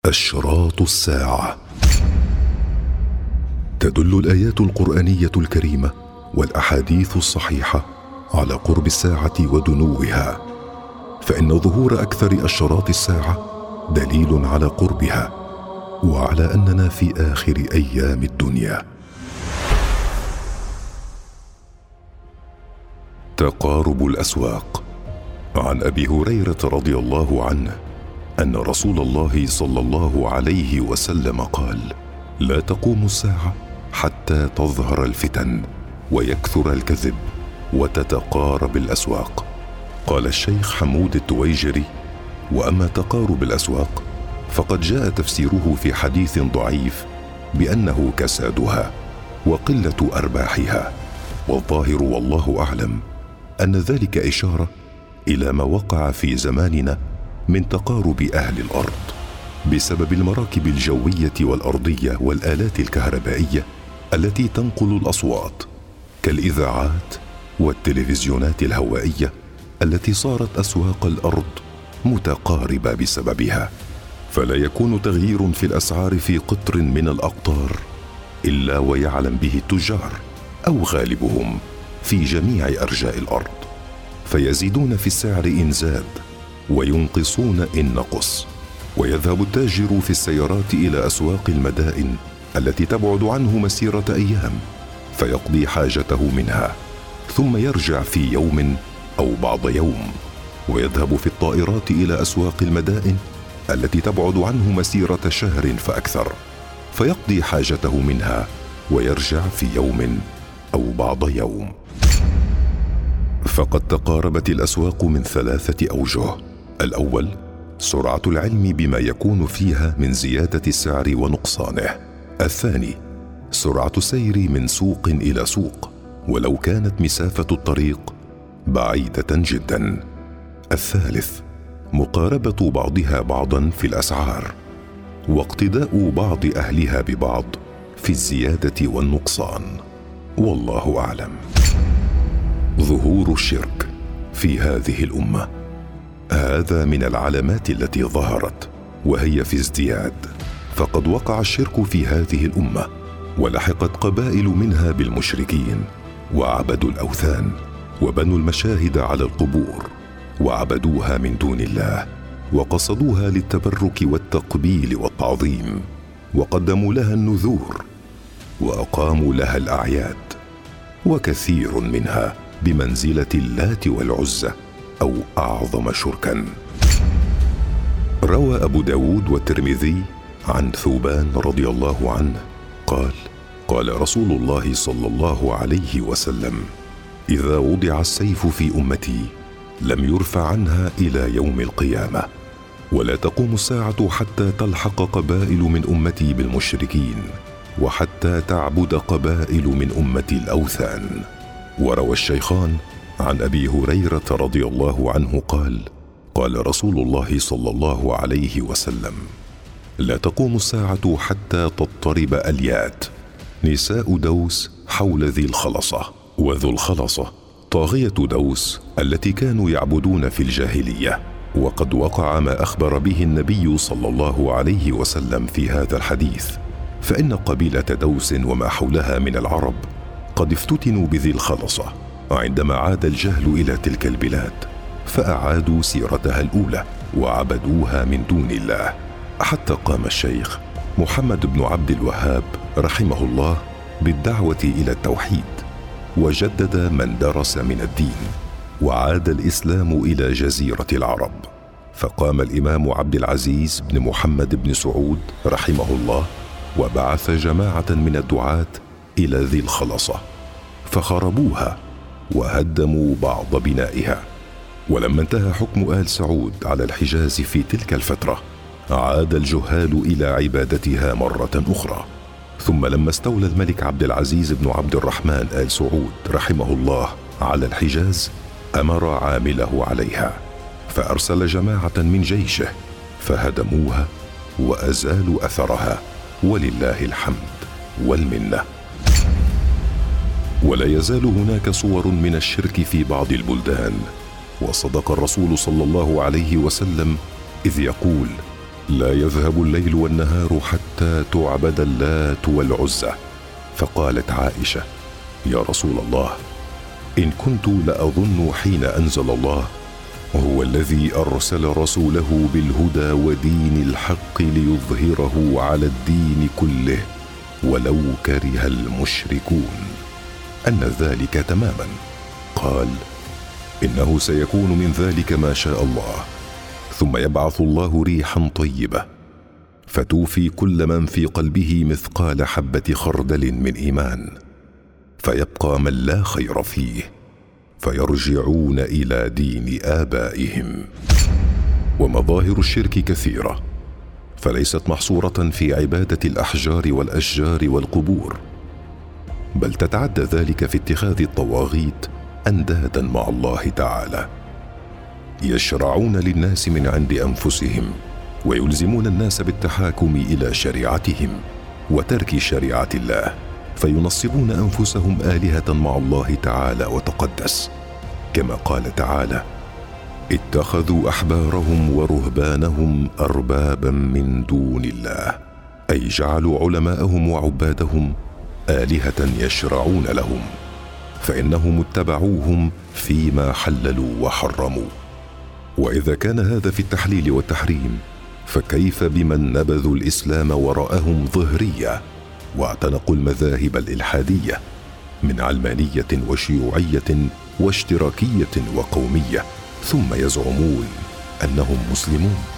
أشراط الساعة. تدل الآيات القرآنية الكريمة والأحاديث الصحيحة على قرب الساعة ودنوها، فإن ظهور أكثر أشراط الساعة دليل على قربها وعلى أننا في آخر أيام الدنيا. تقارب الأسواق. عن أبي هريرة رضي الله عنه أن رسول الله صلى الله عليه وسلم قال: لا تقوم الساعة حتى تظهر الفتن ويكثر الكذب وتتقارب الأسواق. قال الشيخ حمود التويجري: وأما تقارب الأسواق فقد جاء تفسيره في حديث ضعيف بأنه كسادها وقلة أرباحها، والظاهر والله أعلم أن ذلك إشارة إلى ما وقع في زماننا من تقارب أهل الأرض بسبب المراكب الجوية والأرضية والآلات الكهربائية التي تنقل الأصوات كالإذاعات والتلفزيونات الهوائية التي صارت أسواق الأرض متقاربة بسببها، فلا يكون تغيير في الأسعار في قطر من الأقطار إلا ويعلم به التجار أو غالبهم في جميع أرجاء الأرض، فيزيدون في السعر إن زاد وينقصون إن نقص. ويذهب التاجر في السيارات إلى أسواق المدائن التي تبعد عنه مسيرة أيام فيقضي حاجته منها، ثم يرجع في يوم أو بعض يوم، ويذهب في الطائرات إلى أسواق المدائن التي تبعد عنه مسيرة شهر فأكثر فيقضي حاجته منها ويرجع في يوم أو بعض يوم. فقد تقاربت الأسواق من 3 أوجه: الأول سرعة العلم بما يكون فيها من زيادة السعر ونقصانه. الثاني سرعة السير من سوق إلى سوق ولو كانت مسافة الطريق بعيدة جدا. الثالث مقاربة بعضها بعضا في الأسعار واقتداء بعض أهلها ببعض في الزيادة والنقصان، والله أعلم. ظهور الشرك في هذه الأمة. هذا من العلامات التي ظهرت وهي في ازدياد، فقد وقع الشرك في هذه الأمة ولحقت قبائل منها بالمشركين وعبدوا الأوثان وبنوا المشاهد على القبور وعبدوها من دون الله وقصدوها للتبرك والتقبيل والتعظيم، وقدموا لها النذور وأقاموا لها الأعياد، وكثير منها بمنزلة اللات والعزى أو أعظم شركا. روى أبو داود والترمذي عن ثوبان رضي الله عنه قال: قال رسول الله صلى الله عليه وسلم: إذا وضع السيف في أمتي لم يرفع عنها إلى يوم القيامة، ولا تقوم الساعة حتى تلحق قبائل من أمتي بالمشركين وحتى تعبد قبائل من أمتي الأوثان. وروى الشيخان عن أبي هريرة رضي الله عنه قال: قال رسول الله صلى الله عليه وسلم: لا تقوم الساعة حتى تضطرب أليات نساء دوس حول ذي الخلصة. وذو الخلصة طاغية دوس التي كانوا يعبدون في الجاهلية، وقد وقع ما أخبر به النبي صلى الله عليه وسلم في هذا الحديث، فإن قبيلة دوس وما حولها من العرب قد افتتنوا بذي الخلصة عندما عاد الجهل إلى تلك البلاد، فأعادوا سيرتها الأولى وعبدوها من دون الله، حتى قام الشيخ محمد بن عبد الوهاب رحمه الله بالدعوة إلى التوحيد وجدد من درس من الدين، وعاد الإسلام إلى جزيرة العرب. فقام الإمام عبد العزيز بن محمد بن سعود رحمه الله وبعث جماعة من الدعاة إلى ذي الخلصة فخربوها وهدموا بعض بنائها. ولما انتهى حكم آل سعود على الحجاز في تلك الفترة عاد الجهال إلى عبادتها مرة أخرى. ثم لما استولى الملك عبد العزيز بن عبد الرحمن آل سعود رحمه الله على الحجاز أمر عامله عليها فأرسل جماعة من جيشه فهدموها وأزالوا أثرها، ولله الحمد والمنة. ولا يزال هناك صور من الشرك في بعض البلدان، وصدق الرسول صلى الله عليه وسلم إذ يقول: لا يذهب الليل والنهار حتى تعبد اللات والعزى. فقالت عائشة: يا رسول الله، إن كنت لأظن حين أنزل الله هو الذي أرسل رسوله بالهدى ودين الحق ليظهره على الدين كله ولو كره المشركون أن ذلك تماما. قال: إنه سيكون من ذلك ما شاء الله، ثم يبعث الله ريحا طيبة فتوفي كل من في قلبه مثقال حبة خردل من إيمان، فيبقى من لا خير فيه فيرجعون إلى دين آبائهم. ومظاهر الشرك كثيرة، فليست محصورة في عبادة الأحجار والأشجار والقبور، بل تتعدى ذلك في اتخاذ الطواغيت أندادا مع الله تعالى، يشرعون للناس من عند أنفسهم ويلزمون الناس بالتحاكم إلى شريعتهم وترك شريعة الله، فينصبون أنفسهم آلهة مع الله تعالى وتقدس، كما قال تعالى: اتخذوا أحبارهم ورهبانهم أربابا من دون الله، أي جعلوا علماءهم وعبادهم آلهة يشرعون لهم، فإنهم اتبعوهم فيما حللوا وحرموا. وإذا كان هذا في التحليل والتحريم، فكيف بمن نبذوا الإسلام وراءهم ظهرية واعتنقوا المذاهب الإلحادية من علمانية وشيوعية واشتراكية وقومية، ثم يزعمون أنهم مسلمون؟